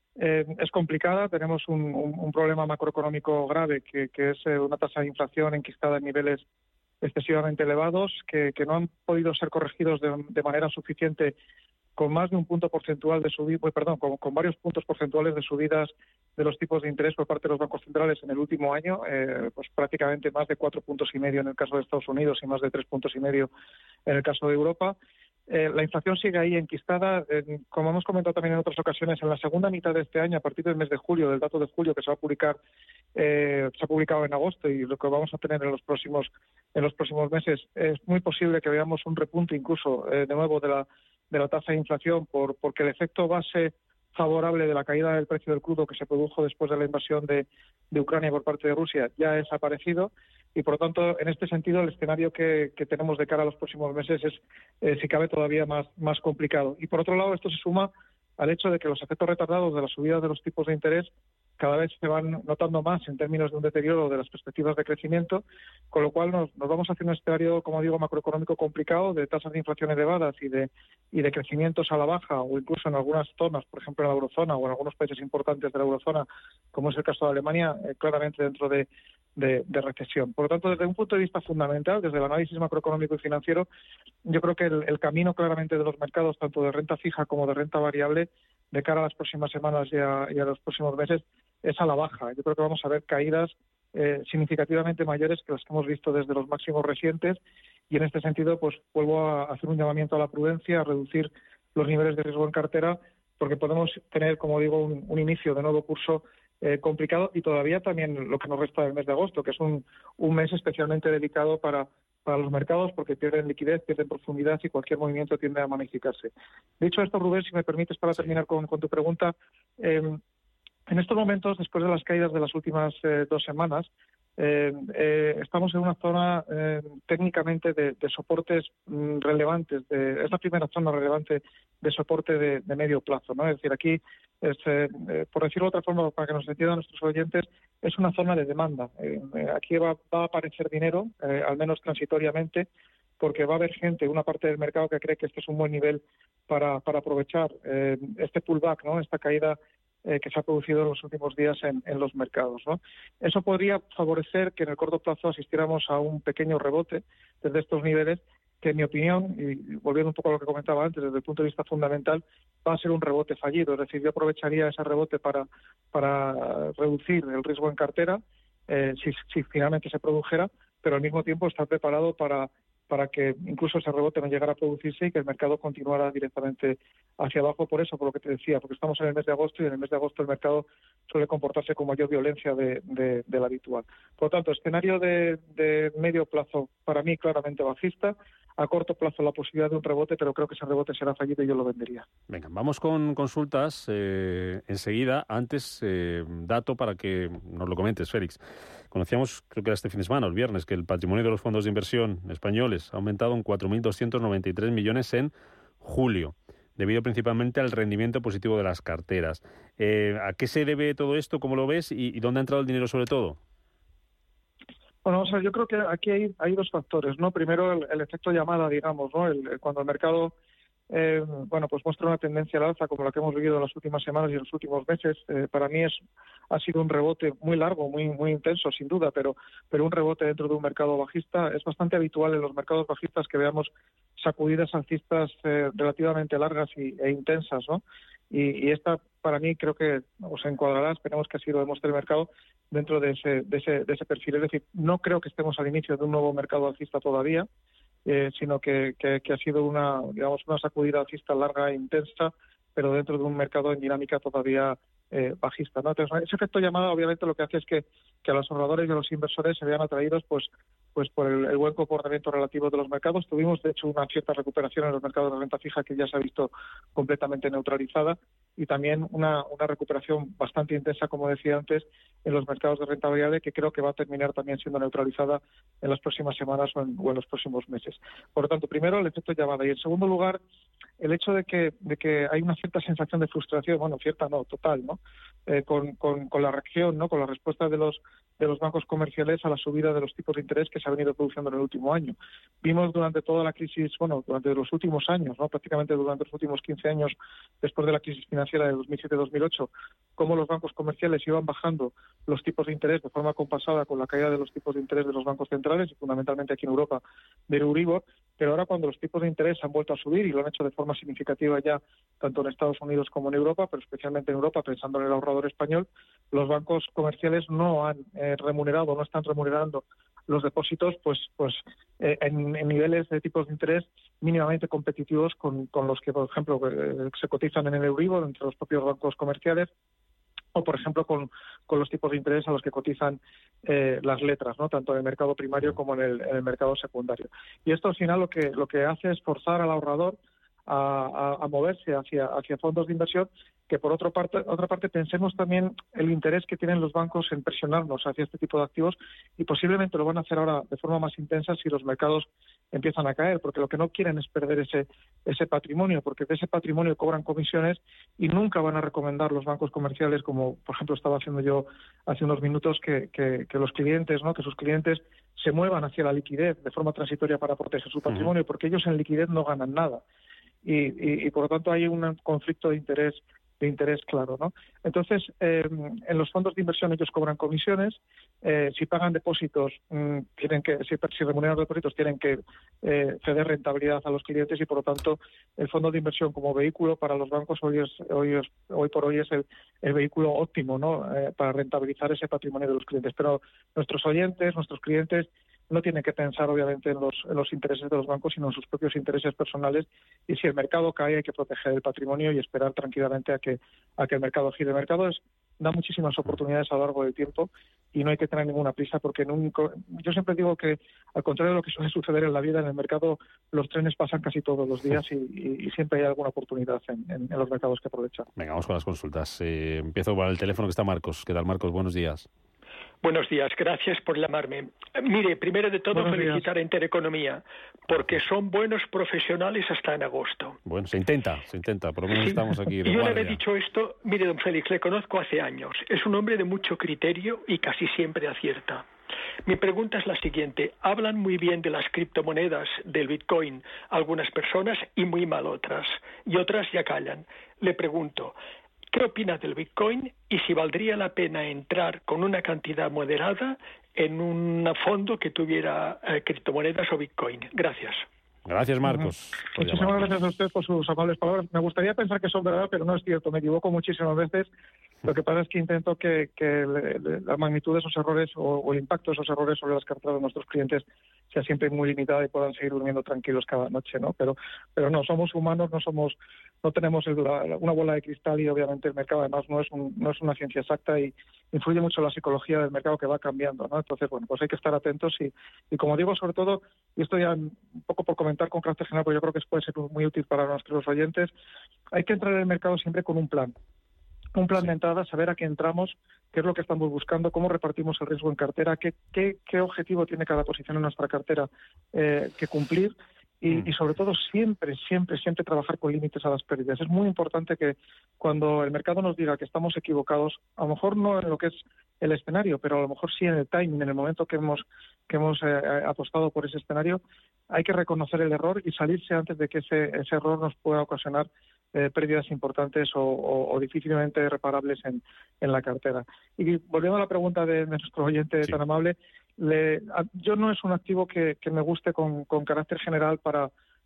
es complicada. Tenemos un problema macroeconómico grave que es una tasa de inflación enquistada en niveles excesivamente elevados que no han podido ser corregidos de manera suficiente, con más de un punto porcentual de subida, con varios puntos porcentuales de subidas de los tipos de interés por parte de los bancos centrales en el último año, pues prácticamente más de 4,5 puntos en el caso de Estados Unidos y más de 3,5 puntos en el caso de Europa. La inflación sigue ahí enquistada. Como hemos comentado también en otras ocasiones, en la segunda mitad de este año, a partir del mes de julio, del dato de julio que se va a publicar, se ha publicado en agosto, y lo que vamos a tener en los próximos meses, es muy posible que veamos un repunte incluso de nuevo de la tasa de inflación porque el efecto base favorable de la caída del precio del crudo que se produjo después de la invasión de Ucrania por parte de Rusia ya ha desaparecido, y por lo tanto, en este sentido, el escenario que tenemos de cara a los próximos meses es, si cabe, todavía más complicado. Y por otro lado, esto se suma al hecho de que los efectos retardados de la subida de los tipos de interés cada vez se van notando más en términos de un deterioro de las perspectivas de crecimiento, con lo cual nos vamos hacia un escenario, como digo, macroeconómico complicado, de tasas de inflación elevadas y de crecimientos a la baja, o incluso en algunas zonas, por ejemplo en la eurozona o en algunos países importantes de la eurozona, como es el caso de Alemania, claramente dentro de recesión. Por lo tanto, desde un punto de vista fundamental, desde el análisis macroeconómico y financiero, yo creo que el camino claramente de los mercados, tanto de renta fija como de renta variable, de cara a las próximas semanas y a los próximos meses, es a la baja. Yo creo que vamos a ver caídas significativamente mayores que las que hemos visto desde los máximos recientes, y en este sentido pues vuelvo a hacer un llamamiento a la prudencia, a reducir los niveles de riesgo en cartera, porque podemos tener, como digo, un inicio de nuevo curso complicado, y todavía también lo que nos resta del mes de agosto, que es un mes especialmente delicado para los mercados, porque pierden liquidez, pierden profundidad y cualquier movimiento tiende a magnificarse. Dicho esto, Rubén, si me permites, para terminar con tu pregunta, en estos momentos, después de las caídas de las últimas 2 semanas, estamos en una zona técnicamente de soportes relevantes. Es la primera zona relevante de soporte de medio plazo, ¿no? Es decir, aquí, por decirlo de otra forma, para que nos entiendan nuestros oyentes, es una zona de demanda. Aquí va a aparecer dinero, al menos transitoriamente, porque va a haber gente, una parte del mercado, que cree que este es un buen nivel para aprovechar este pullback, ¿no? Esta caída que se ha producido en los últimos días en los mercados, ¿no? Eso podría favorecer que en el corto plazo asistiéramos a un pequeño rebote desde estos niveles, que en mi opinión, y volviendo un poco a lo que comentaba antes, desde el punto de vista fundamental, va a ser un rebote fallido. Es decir, yo aprovecharía ese rebote para reducir el riesgo en cartera, si finalmente se produjera, pero al mismo tiempo estar preparado para que incluso ese rebote no llegara a producirse y que el mercado continuara directamente hacia abajo. Por eso, por lo que te decía, porque estamos en el mes de agosto, y en el mes de agosto el mercado suele comportarse con mayor violencia de la habitual. Por lo tanto, escenario de medio plazo, para mí, claramente bajista. A corto plazo, la posibilidad de un rebote, pero creo que ese rebote será fallido y yo lo vendería. Venga, vamos con consultas enseguida. Antes, dato para que nos lo comentes, Félix. Conocíamos, creo que era este fin de semana, el viernes, que el patrimonio de los fondos de inversión españoles ha aumentado en 4.293 millones en julio. debido principalmente al rendimiento positivo de las carteras. ¿A qué se debe todo esto? ¿Cómo lo ves? ¿Y dónde ha entrado el dinero sobre todo? Bueno, o sea, yo creo que aquí hay dos factores, ¿no? Primero, el efecto llamada, digamos, ¿no? Cuando el mercado pues muestra una tendencia al alza como la que hemos vivido en las últimas semanas y en los últimos meses. Para mí ha sido un rebote muy largo, muy intenso, sin duda, pero un rebote dentro de un mercado bajista. Es bastante habitual en los mercados bajistas que veamos sacudidas alcistas relativamente largas e intensas, ¿no? Y esta, para mí, creo que os encuadrará, esperemos que así lo demuestre el mercado dentro de ese perfil. Es decir, no creo que estemos al inicio de un nuevo mercado alcista todavía, sino que ha sido una sacudida alcista larga e intensa, pero dentro de un mercado en dinámica todavía bajista, ¿no? Entonces, ese efecto llamada obviamente lo que hace es que a los ahorradores y a los inversores se vean atraídos pues por el buen comportamiento relativo de los mercados. Tuvimos, de hecho, una cierta recuperación en los mercados de renta fija que ya se ha visto completamente neutralizada, y también una recuperación bastante intensa, como decía antes, en los mercados de renta variable, que creo que va a terminar también siendo neutralizada en las próximas semanas o en los próximos meses. Por lo tanto, primero, el efecto llamada, y en segundo lugar, el hecho de que hay una cierta sensación de frustración, bueno, cierta no, total, ¿no? Con la reacción, ¿no? Con la respuesta de los bancos comerciales a la subida de los tipos de interés que se ha venido produciendo en el último año. Vimos durante toda la crisis, durante los últimos años, ¿no? Prácticamente durante los últimos 15 años después de la crisis financiera de 2007-2008, cómo los bancos comerciales iban bajando los tipos de interés de forma compasada con la caída de los tipos de interés de los bancos centrales, y fundamentalmente aquí en Europa del Euribor. Pero ahora, cuando los tipos de interés han vuelto a subir, y lo han hecho de forma significativa ya tanto en Estados Unidos como en Europa, pero especialmente en Europa, pensando en el ahorrador español, los bancos comerciales no han remunerado, no están remunerando los depósitos en niveles de tipos de interés mínimamente competitivos con los que, por ejemplo, se cotizan en el Euribor entre los propios bancos comerciales, o, por ejemplo, con los tipos de interés a los que cotizan las letras, ¿no? Tanto en el mercado primario como en el mercado secundario. Y esto, al final, lo que hace es forzar al ahorrador a moverse hacia fondos de inversión, que por otra parte pensemos también el interés que tienen los bancos en presionarnos hacia este tipo de activos, y posiblemente lo van a hacer ahora de forma más intensa si los mercados empiezan a caer, porque lo que no quieren es perder ese patrimonio, porque de ese patrimonio cobran comisiones y nunca van a recomendar los bancos comerciales, como por ejemplo estaba haciendo yo hace unos minutos, que los clientes, ¿no? Que sus clientes se muevan hacia la liquidez de forma transitoria para proteger su patrimonio, porque ellos en liquidez no ganan nada. Y por lo tanto hay un conflicto de interés claro, ¿no? Entonces, en los fondos de inversión ellos cobran comisiones, si pagan depósitos, si remuneran depósitos, tienen que ceder rentabilidad a los clientes, y por lo tanto el fondo de inversión como vehículo para los bancos hoy por hoy es el vehículo óptimo, ¿no? Para rentabilizar ese patrimonio de los clientes. Pero nuestros clientes no tienen que pensar, obviamente, en los intereses de los bancos, sino en sus propios intereses personales. Y si el mercado cae, hay que proteger el patrimonio y esperar tranquilamente a que el mercado gire. El mercado da muchísimas oportunidades a lo largo del tiempo, y no hay que tener ninguna prisa, porque yo siempre digo que, al contrario de lo que suele suceder en la vida, en el mercado los trenes pasan casi todos los días, y siempre hay alguna oportunidad en los mercados que aprovechar. Venga, vamos con las consultas. Empiezo por el teléfono, que está Marcos. ¿Qué tal, Marcos? Buenos días. Buenos días, gracias por llamarme. Mire, primero de todo, felicitar a Intereconomía, porque son buenos profesionales hasta en agosto. Bueno, se intenta, por lo menos estamos aquí de Yo guardia. le he dicho esto, mire, don Félix, le conozco hace años, es un hombre de mucho criterio y casi siempre acierta. Mi pregunta es la siguiente: hablan muy bien de las criptomonedas, del Bitcoin, algunas personas, y muy mal otras, y otras ya callan. Le pregunto, ¿qué opina del Bitcoin y si valdría la pena entrar con una cantidad moderada en un fondo que tuviera criptomonedas o Bitcoin? Gracias. Gracias, Marcos. Muchísimas gracias a usted por sus amables palabras. Me gustaría pensar que son verdad, pero no es cierto. Me equivoco muchísimas veces. Lo que pasa es que intento que la magnitud de esos errores o el impacto de esos errores sobre las carteras de nuestros clientes sea siempre muy limitada y puedan seguir durmiendo tranquilos cada noche, ¿no? Pero no, somos humanos, no tenemos una bola de cristal, y obviamente el mercado además no es una ciencia exacta, y influye mucho la psicología del mercado, que va cambiando, ¿no? Entonces, bueno, pues hay que estar atentos, y como digo, sobre todo, y esto ya un poco por comentar con carácter general, porque yo creo que puede ser muy útil para nuestros oyentes, hay que entrar en el mercado siempre con un plan de entrada, saber a qué entramos, qué es lo que estamos buscando, cómo repartimos el riesgo en cartera, qué objetivo tiene cada posición en nuestra cartera que cumplir, y sobre todo siempre trabajar con límites a las pérdidas. Es muy importante que cuando el mercado nos diga que estamos equivocados, a lo mejor no en lo que es el escenario, pero a lo mejor sí en el timing, en el momento que hemos apostado por ese escenario, hay que reconocer el error y salirse antes de que ese error nos pueda ocasionar pérdidas importantes o difícilmente reparables en la cartera. Y volviendo a la pregunta de nuestro oyente tan amable, yo no es un activo que me guste con carácter general para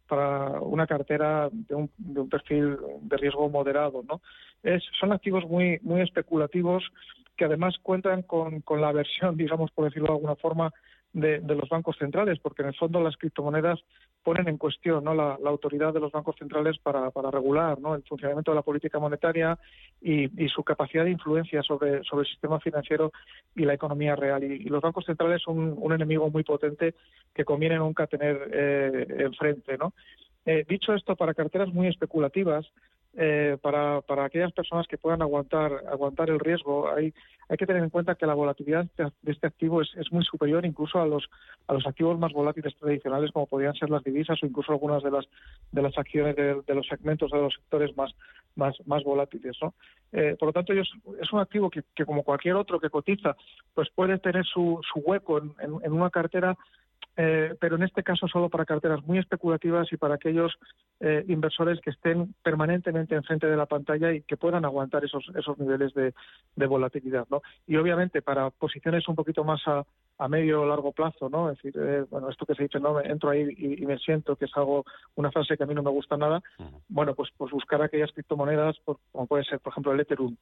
una cartera de un perfil de riesgo moderado, ¿no? Son activos muy especulativos que además cuentan con la aversión, digamos, por decirlo de alguna forma, de los bancos centrales, porque en el fondo las criptomonedas ponen en cuestión, ¿no?, la autoridad de los bancos centrales para regular, ¿no?, el funcionamiento de la política monetaria y su capacidad de influencia sobre el sistema financiero y la economía real. Y los bancos centrales son un enemigo muy potente que conviene nunca tener enfrente, ¿no? Dicho esto, para carteras muy especulativas, para aquellas personas que puedan aguantar el riesgo, hay que tener en cuenta que la volatilidad de este activo es muy superior incluso a los activos más volátiles tradicionales, como podrían ser las divisas o incluso algunas de las acciones de los segmentos de los sectores más volátiles, ¿no? Por lo tanto, es un activo que como cualquier otro que cotiza, pues puede tener su hueco en una cartera, pero en este caso solo para carteras muy especulativas y para aquellos inversores que estén permanentemente enfrente de la pantalla y que puedan aguantar esos niveles de volatilidad, ¿no? Y obviamente para posiciones un poquito más a medio o largo plazo, ¿no? Es decir, esto que se dice, no, entro ahí y me siento, que es una frase que a mí no me gusta nada. Bueno, pues buscar aquellas criptomonedas, como puede ser, por ejemplo, el Ethereum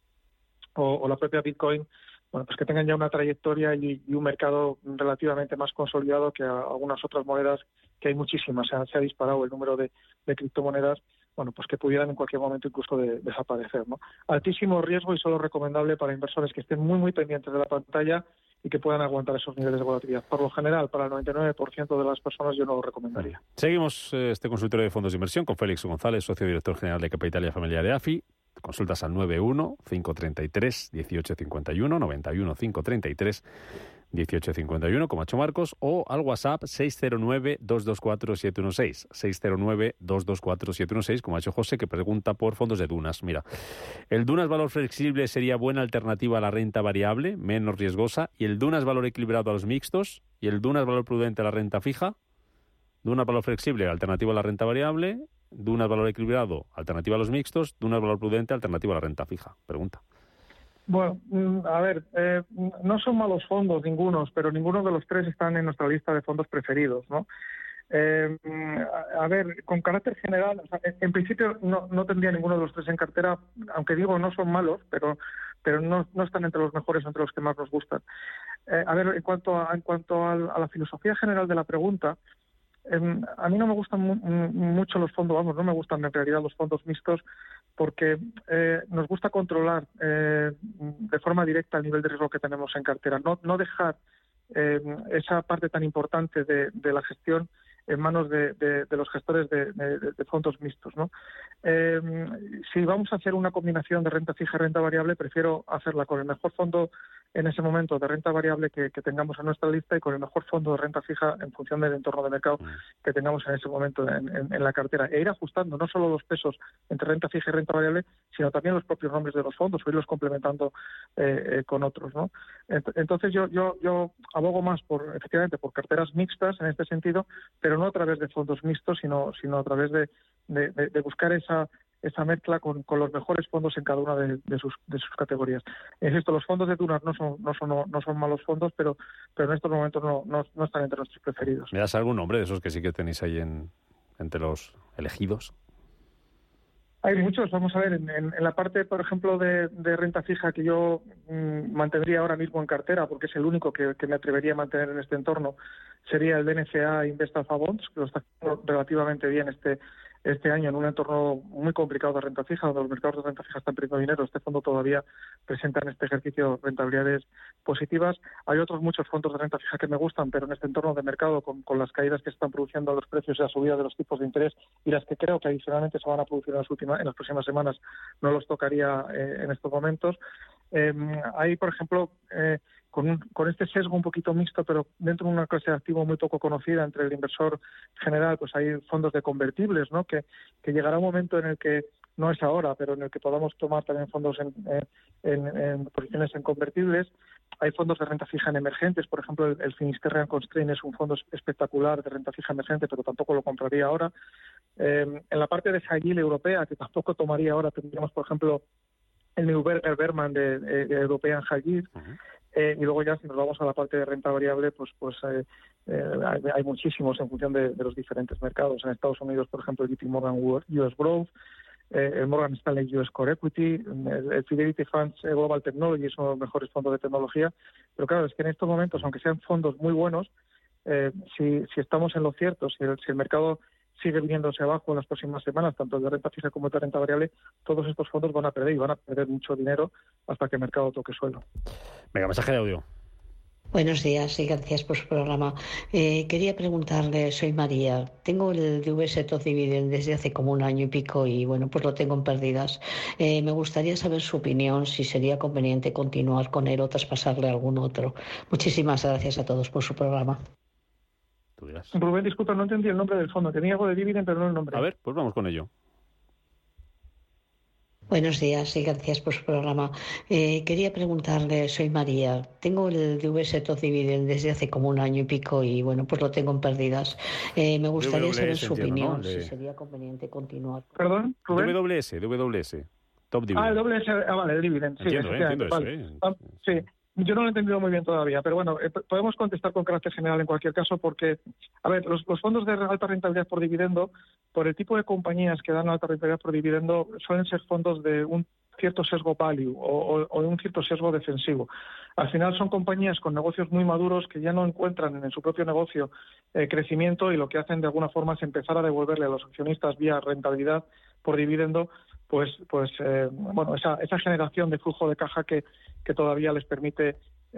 o la propia Bitcoin, bueno, pues que tengan ya una trayectoria y un mercado relativamente más consolidado que algunas otras monedas, que hay muchísimas. Se ha disparado el número de criptomonedas, bueno, pues que pudieran en cualquier momento incluso desaparecer, ¿no? Altísimo riesgo y solo recomendable para inversores que estén muy pendientes de la pantalla y que puedan aguantar esos niveles de volatilidad. Por lo general, para el 99% de las personas yo no lo recomendaría. Seguimos este consultorio de fondos de inversión con Félix González, socio director general de Capitalia Familia de AFI. Consultas al 91-533-1851, 91-533-1851, como ha hecho Marcos, o al WhatsApp 609-224-716, 609-224-716, como ha hecho José, que pregunta por fondos de Dunas. Mira, ¿el Dunas Valor Flexible sería buena alternativa a la renta variable, menos riesgosa? ¿Y el Dunas Valor Equilibrado a los mixtos? ¿Y el Dunas Valor Prudente a la renta fija? Dunas Valor Flexible, alternativa a la renta variable. Dunas Valor Equilibrado, alternativa a los mixtos. Dunas Valor Prudente, alternativa a la renta fija. Pregunta. Bueno, a ver, no son malos fondos ningunos, pero ninguno de los tres están en nuestra lista de fondos preferidos, ¿no? A ver, con carácter general, o sea, en principio no tendría ninguno de los tres en cartera, aunque digo no son malos, pero no están entre los mejores, entre los que más nos gustan. A ver, en cuanto a la filosofía general de la pregunta, a mí no me gustan mucho los fondos, no me gustan en realidad los fondos mixtos, porque nos gusta controlar de forma directa el nivel de riesgo que tenemos en cartera, no dejar esa parte tan importante de la gestión en manos de los gestores de fondos mixtos, ¿no? Si vamos a hacer una combinación de renta fija y renta variable, prefiero hacerla con el mejor fondo en ese momento de renta variable que tengamos en nuestra lista y con el mejor fondo de renta fija en función del entorno de mercado que tengamos en ese momento en la cartera, e ir ajustando no solo los pesos entre renta fija y renta variable, sino también los propios nombres de los fondos, o irlos complementando con otros, ¿no? Entonces yo abogo más efectivamente por carteras mixtas en este sentido, pero no a través de fondos mixtos, sino a través de buscar esa mezcla con los mejores fondos en cada una de sus categorías. Insisto, los fondos de Dunas no son malos fondos, pero en estos momentos no están entre nuestros preferidos. ¿Me das algún nombre de esos que sí que tenéis ahí entre los elegidos? Hay muchos. Vamos a ver, en la parte, por ejemplo, de renta fija que yo mantendría ahora mismo en cartera, porque es el único que me atrevería a mantener en este entorno, sería el BNCA Invest Alpha Bonds, que lo está haciendo relativamente bien este año en un entorno muy complicado de renta fija, donde los mercados de renta fija están perdiendo dinero. Este fondo todavía presenta en este ejercicio rentabilidades positivas. Hay otros muchos fondos de renta fija que me gustan, pero en este entorno de mercado, con las caídas que se están produciendo los precios y la subida de los tipos de interés, y las que creo que adicionalmente se van a producir en las próximas semanas, no los tocaría en estos momentos. Hay, por ejemplo, con este sesgo un poquito mixto, pero dentro de una clase de activo muy poco conocida entre el inversor general, pues hay fondos de convertibles, ¿no? Que llegará un momento en el que, no es ahora, pero en el que podamos tomar también fondos en posiciones en convertibles. Hay fondos de renta fija en emergentes, por ejemplo, el Finisterre Constrain es un fondo espectacular de renta fija emergente, pero tampoco lo compraría ahora. En la parte de high yield europea, que tampoco tomaría ahora, tendríamos, por ejemplo, el Neuberger Berman de European High Yield. Y luego ya, si nos vamos a la parte de renta variable, pues hay muchísimos en función de los diferentes mercados. En Estados Unidos, por ejemplo, el JP Morgan US Growth, el Morgan Stanley US Core Equity, el Fidelity Funds Global Technology, son los mejores fondos de tecnología. Pero claro, es que en estos momentos, aunque sean fondos muy buenos, si estamos en lo cierto, si el mercado sigue viniéndose abajo en las próximas semanas, tanto el de renta fija como el de renta variable, todos estos fondos van a perder mucho dinero hasta que el mercado toque suelo. Venga, mensaje de audio. Buenos días y gracias por su programa. Quería preguntarle, soy María, tengo el DVS Top Dividend desde hace como 1 año y pico y bueno, pues lo tengo en pérdidas. Me gustaría saber su opinión, si sería conveniente continuar con él o traspasarle a algún otro. Muchísimas gracias a todos por su programa. Rubén, disculpa, no entendí el nombre del fondo. Tenía algo de dividend, pero no el nombre. A ver, pues vamos con ello. Buenos días y gracias por su programa. Quería preguntarle, soy María, tengo el DVS Top Dividend desde hace como 1 año y pico y bueno, pues lo tengo en pérdidas. Me gustaría saber su opinión, ¿no? Si sería conveniente continuar. ¿Perdón, Rubén? WS, Top Dividend. El WS, vale, el Dividend. Sí, entiendo eso, vale. Sí. Yo no lo he entendido muy bien todavía, pero bueno, podemos contestar con carácter general en cualquier caso porque, a ver, los fondos de alta rentabilidad por dividendo, por el tipo de compañías que dan alta rentabilidad por dividendo, suelen ser fondos de un cierto sesgo value o de un cierto sesgo defensivo. Al final son compañías con negocios muy maduros que ya no encuentran en su propio negocio crecimiento y lo que hacen de alguna forma es empezar a devolverle a los accionistas vía rentabilidad por dividendo esa generación de flujo de caja que todavía les permite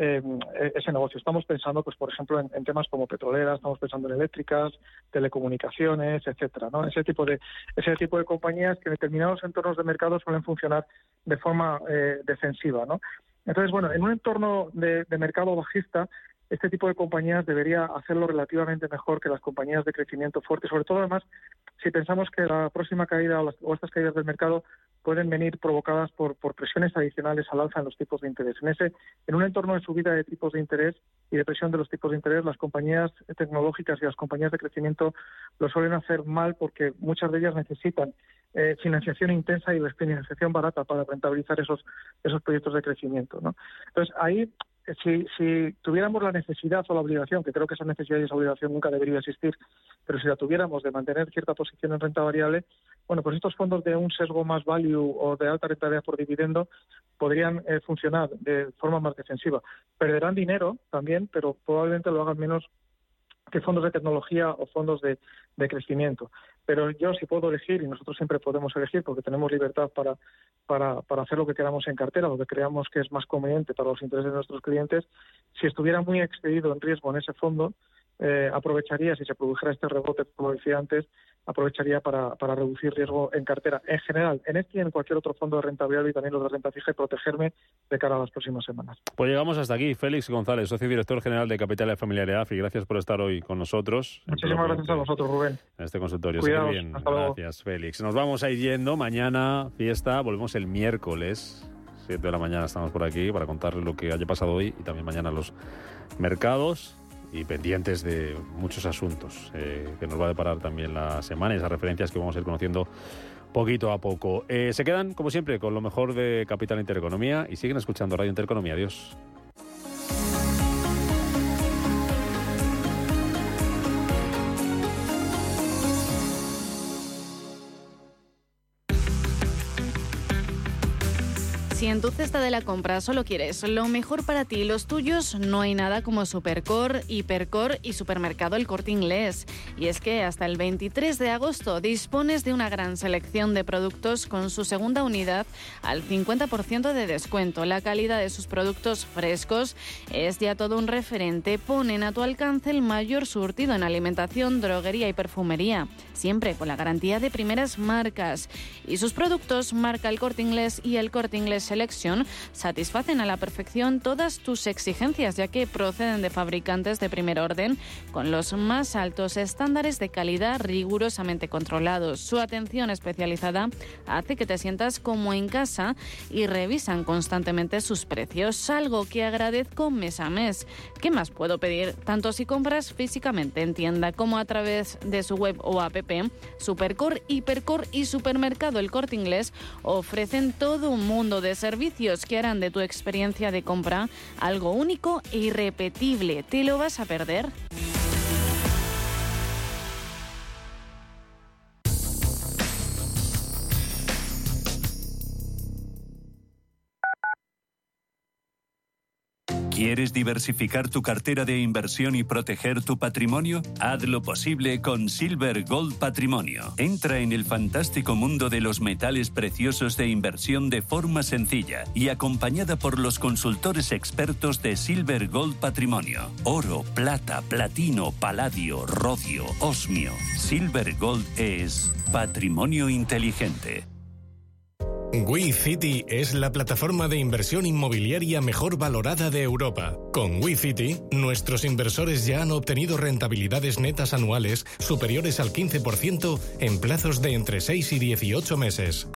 ese negocio. Estamos pensando, pues por ejemplo, en temas como petroleras, estamos pensando en eléctricas, telecomunicaciones, etcétera, ¿no? Ese tipo de compañías que en determinados entornos de mercado suelen funcionar de forma defensiva, ¿no? Entonces, bueno, en un entorno de mercado bajista, este tipo de compañías debería hacerlo relativamente mejor que las compañías de crecimiento fuerte, sobre todo además si pensamos que la próxima caída o estas caídas del mercado pueden venir provocadas por presiones adicionales al alza en los tipos de interés. En un entorno de subida de tipos de interés y de presión de los tipos de interés, las compañías tecnológicas y las compañías de crecimiento lo suelen hacer mal porque muchas de ellas necesitan financiación intensa y financiación barata para rentabilizar esos proyectos de crecimiento, ¿no? Entonces, ahí, si tuviéramos la necesidad o la obligación, que creo que esa necesidad y esa obligación nunca debería existir, pero si la tuviéramos de mantener cierta posición en renta variable, bueno, pues estos fondos de un sesgo más value o de alta rentabilidad por dividendo podrían funcionar de forma más defensiva. Perderán dinero también, pero probablemente lo hagan menos que fondos de tecnología o fondos de crecimiento. Pero yo, si puedo elegir, y nosotros siempre podemos elegir porque tenemos libertad para hacer lo que queramos en cartera, lo que creamos que es más conveniente para los intereses de nuestros clientes, si estuviera muy excedido en riesgo en ese fondo, aprovecharía, si se produjera este rebote, como decía antes, aprovecharía para reducir riesgo en cartera, en general, en este y en cualquier otro fondo de renta variable y también los de renta fija, y protegerme de cara a las próximas semanas. Pues llegamos hasta aquí. Félix González, socio director general de Capital y Familiar AFI. Gracias por estar hoy con nosotros. Muchísimas gracias a vosotros, Rubén. En este consultorio. Cuidaos, bien. Hasta luego. Gracias, Félix. Nos vamos a ir yendo. Mañana, fiesta. Volvemos el miércoles. 7 de la mañana estamos por aquí para contarles lo que haya pasado hoy y también mañana los mercados. Y pendientes de muchos asuntos que nos va a deparar también la semana y esas referencias que vamos a ir conociendo poquito a poco. Se quedan, como siempre, con lo mejor de Capital Intereconomía y siguen escuchando Radio Intereconomía. Adiós. Si en tu cesta de la compra solo quieres lo mejor para ti y los tuyos, no hay nada como Supercor, Hipercor y Supermercado El Corte Inglés. Y es que hasta el 23 de agosto dispones de una gran selección de productos con su segunda unidad al 50% de descuento. La calidad de sus productos frescos es ya todo un referente. Ponen a tu alcance el mayor surtido en alimentación, droguería y perfumería, siempre con la garantía de primeras marcas. Y sus productos marca El Corte Inglés y El Corte Inglés selección satisfacen a la perfección todas tus exigencias, ya que proceden de fabricantes de primer orden con los más altos estándares de calidad rigurosamente controlados. Su atención especializada hace que te sientas como en casa y revisan constantemente sus precios, algo que agradezco mes a mes. ¿Qué más puedo pedir? Tanto si compras físicamente en tienda como a través de su web o app, Supercor, Hipercor y Supermercado El Corte Inglés ofrecen todo un mundo de servicios que harán de tu experiencia de compra algo único e irrepetible. ¿Te lo vas a perder? ¿Quieres diversificar tu cartera de inversión y proteger tu patrimonio? Haz lo posible con Silver Gold Patrimonio. Entra en el fantástico mundo de los metales preciosos de inversión de forma sencilla y acompañada por los consultores expertos de Silver Gold Patrimonio. Oro, plata, platino, paladio, rodio, osmio. Silver Gold es patrimonio inteligente. WeCity es la plataforma de inversión inmobiliaria mejor valorada de Europa. Con WeCity, nuestros inversores ya han obtenido rentabilidades netas anuales superiores al 15% en plazos de entre 6 y 18 meses.